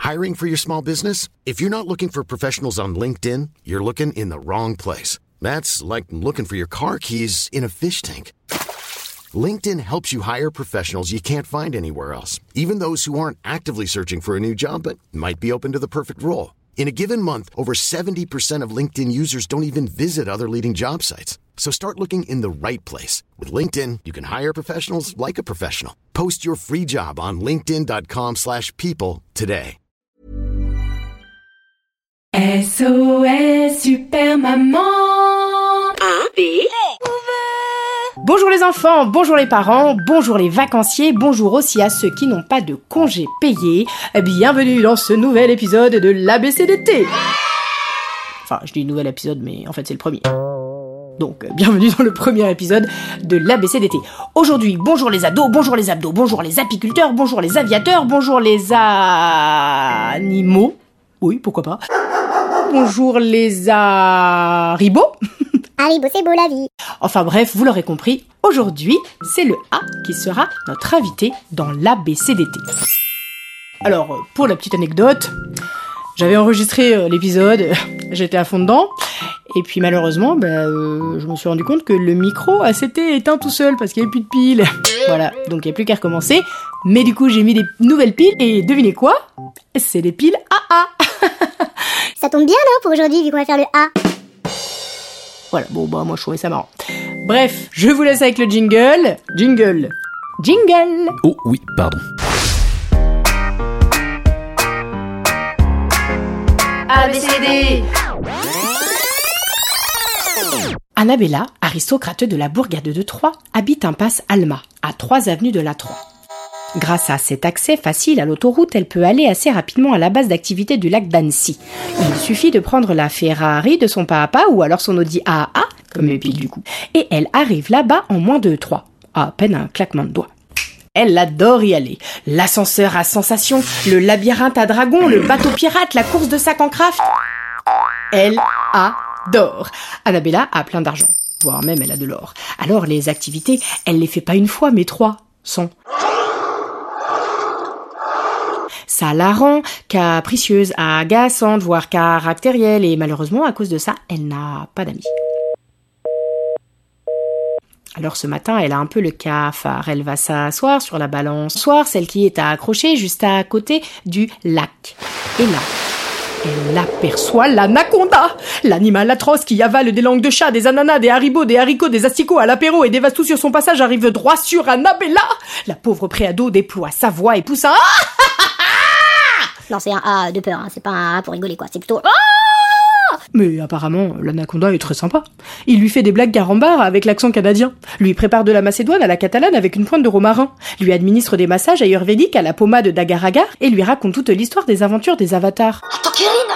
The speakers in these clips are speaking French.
Hiring for your small business? If you're not looking for professionals on LinkedIn, you're looking in the wrong place. That's like looking for your car keys in a fish tank. LinkedIn helps you hire professionals you can't find anywhere else, even those who aren't actively searching for a new job but might be open to the perfect role. In a given month, over 70% of LinkedIn users don't even visit other leading job sites. So start looking in the right place. With LinkedIn, you can hire professionals like a professional. Post your free job on linkedin.com/people today. SOS Super Maman. Bonjour les enfants, bonjour les parents, bonjour les vacanciers, bonjour aussi à ceux qui n'ont pas de congés payés. Bienvenue dans ce nouvel épisode de l'ABCDT. Enfin, je dis nouvel épisode, mais en fait c'est le premier. Donc, bienvenue dans le premier épisode de l'ABCDT. Aujourd'hui, bonjour les ados, bonjour les abdos, bonjour les apiculteurs, bonjour les aviateurs, bonjour les animaux. Oui, pourquoi pas. Bonjour les haribots. Haribo, c'est beau la vie. Enfin bref, vous l'aurez compris, aujourd'hui, c'est le A qui sera notre invité dans l'ABCDT. Alors, pour la petite anecdote, j'avais enregistré l'épisode, j'étais à fond dedans, et puis malheureusement, je me suis rendu compte que le micro s'était éteint tout seul parce qu'il n'y avait plus de piles. Voilà, donc il n'y a plus qu'à recommencer. Mais du coup, j'ai mis des nouvelles piles, et devinez quoi ? C'est des piles AA. Ça tombe bien, non, pour aujourd'hui, vu qu'on va faire le A. Voilà, moi je trouvais ça marrant. Bref, je vous laisse avec le jingle. Jingle. Oh oui, pardon. ABCD. Annabella, aristocrate de la bourgade de Troyes, habite impasse Alma, à 3 avenues de la Troie. Grâce à cet accès facile à l'autoroute, elle peut aller assez rapidement à la base d'activité du lac d'Annecy. Il suffit de prendre la Ferrari de son papa ou alors son Audi AA, comme les piles du coup, et elle arrive là-bas en moins de 3, à peine un claquement de doigts. Elle adore y aller. L'ascenseur à sensation, le labyrinthe à dragons, le bateau pirate, la course de sac en craft. Elle adore. Annabella a plein d'argent, voire même elle a de l'or. Alors les activités, elle les fait pas une fois mais 300. Ça la rend capricieuse, agaçante, voire caractérielle, et malheureusement, à cause de ça, elle n'a pas d'amis. Alors ce matin, elle a un peu le cafard. Elle va s'asseoir sur la balançoire, celle qui est accrochée juste à côté du lac. Et là, elle aperçoit l'anaconda, l'animal atroce qui avale des langues de chat, des ananas, des haribots, des haricots, des asticots à l'apéro et dévase tout sur son passage, arrive droit sur Annabella. La pauvre préado déploie sa voix et pousse un « Non, c'est un A de peur, hein. C'est pas un A pour rigoler, quoi. C'est plutôt... Mais apparemment, l'anaconda est très sympa. Il lui fait des blagues carambars avec l'accent canadien, lui prépare de la macédoine à la catalane avec une pointe de romarin, lui administre des massages ayurvédiques à la pommade d'agar-agar et lui raconte toute l'histoire des aventures des avatars. Attends, Kérine.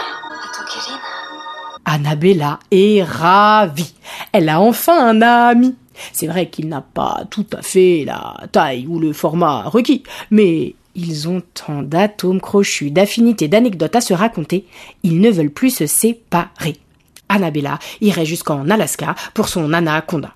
Annabella est ravie. Elle a enfin un ami. C'est vrai qu'il n'a pas tout à fait la taille ou le format requis, mais... ils ont tant d'atomes crochus, d'affinités, d'anecdotes à se raconter, ils ne veulent plus se séparer. Annabella irait jusqu'en Alaska pour son anaconda.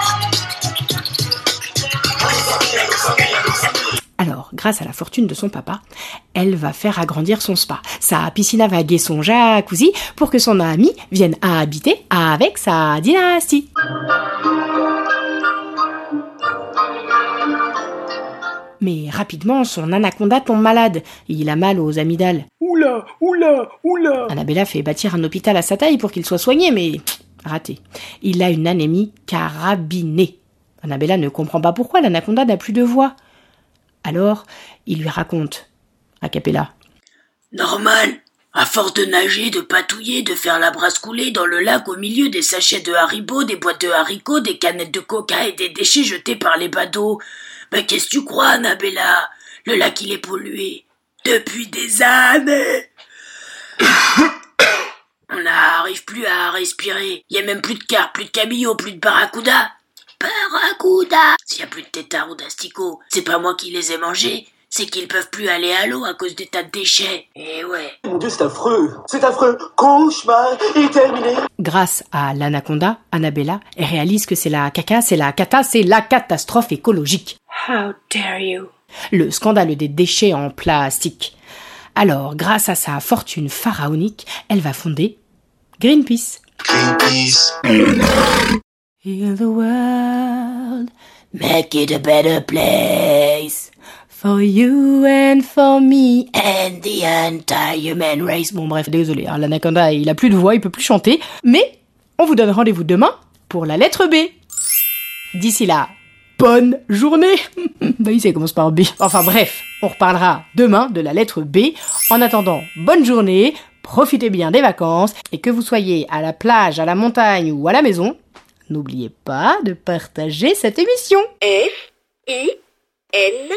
Alors, grâce à la fortune de son papa, elle va faire agrandir son spa, sa piscine à vagues et son jacuzzi pour que son ami vienne à habiter avec sa dynastie. Mais rapidement, son anaconda tombe malade. Il a mal aux amygdales. Oula. Annabella fait bâtir un hôpital à sa taille pour qu'il soit soigné, mais raté. Il a une anémie carabinée. Annabella ne comprend pas pourquoi l'anaconda n'a plus de voix. Alors, il lui raconte, a cappella. Normal, à force de nager, de patouiller, de faire la brasse couler dans le lac au milieu des sachets de Haribo, des boîtes de haricots, des canettes de coca et des déchets jetés par les badauds. Mais qu'est-ce que tu crois, Annabella ? Le lac, il est pollué. Depuis des années. On n'arrive plus à respirer. Il y a même plus de carpes, plus de cabillaud, plus de barracuda. Barracuda ! S'il y a plus de têtards ou d'asticots, c'est pas moi qui les ai mangés. C'est qu'ils peuvent plus aller à l'eau à cause des tas de déchets. Et ouais. Mon Dieu, c'est affreux. Cauchemar est terminé. Grâce à l'anaconda, Annabella réalise que c'est la catastrophe écologique. How dare you? Le scandale des déchets en plastique. Alors, grâce à sa fortune pharaonique, elle va fonder Greenpeace. Greenpeace. Heal the world, make it a better place. For you and for me and the entire human race. Bon bref, désolé, hein, l'anaconda il a plus de voix, il peut plus chanter. Mais on vous donne rendez-vous demain pour la lettre B. D'ici là, bonne journée. Bah oui, ça commence par B. Enfin bref, on reparlera demain de la lettre B. En attendant, bonne journée, profitez bien des vacances. Et que vous soyez à la plage, à la montagne ou à la maison, n'oubliez pas de partager cette émission. F-I-N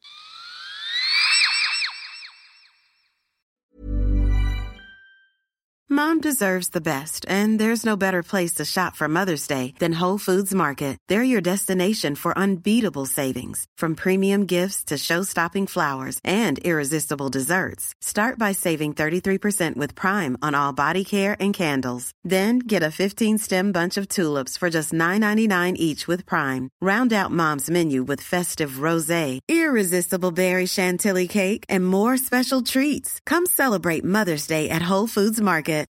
Mom deserves the best, and there's no better place to shop for Mother's Day than Whole Foods Market. They're your destination for unbeatable savings, from premium gifts to show-stopping flowers and irresistible desserts. Start by saving 33% with Prime on all body care and candles. Then get a 15-stem bunch of tulips for just $9.99 each with Prime. Round out Mom's menu with festive rosé, irresistible berry chantilly cake, and more special treats. Come celebrate Mother's Day at Whole Foods Market.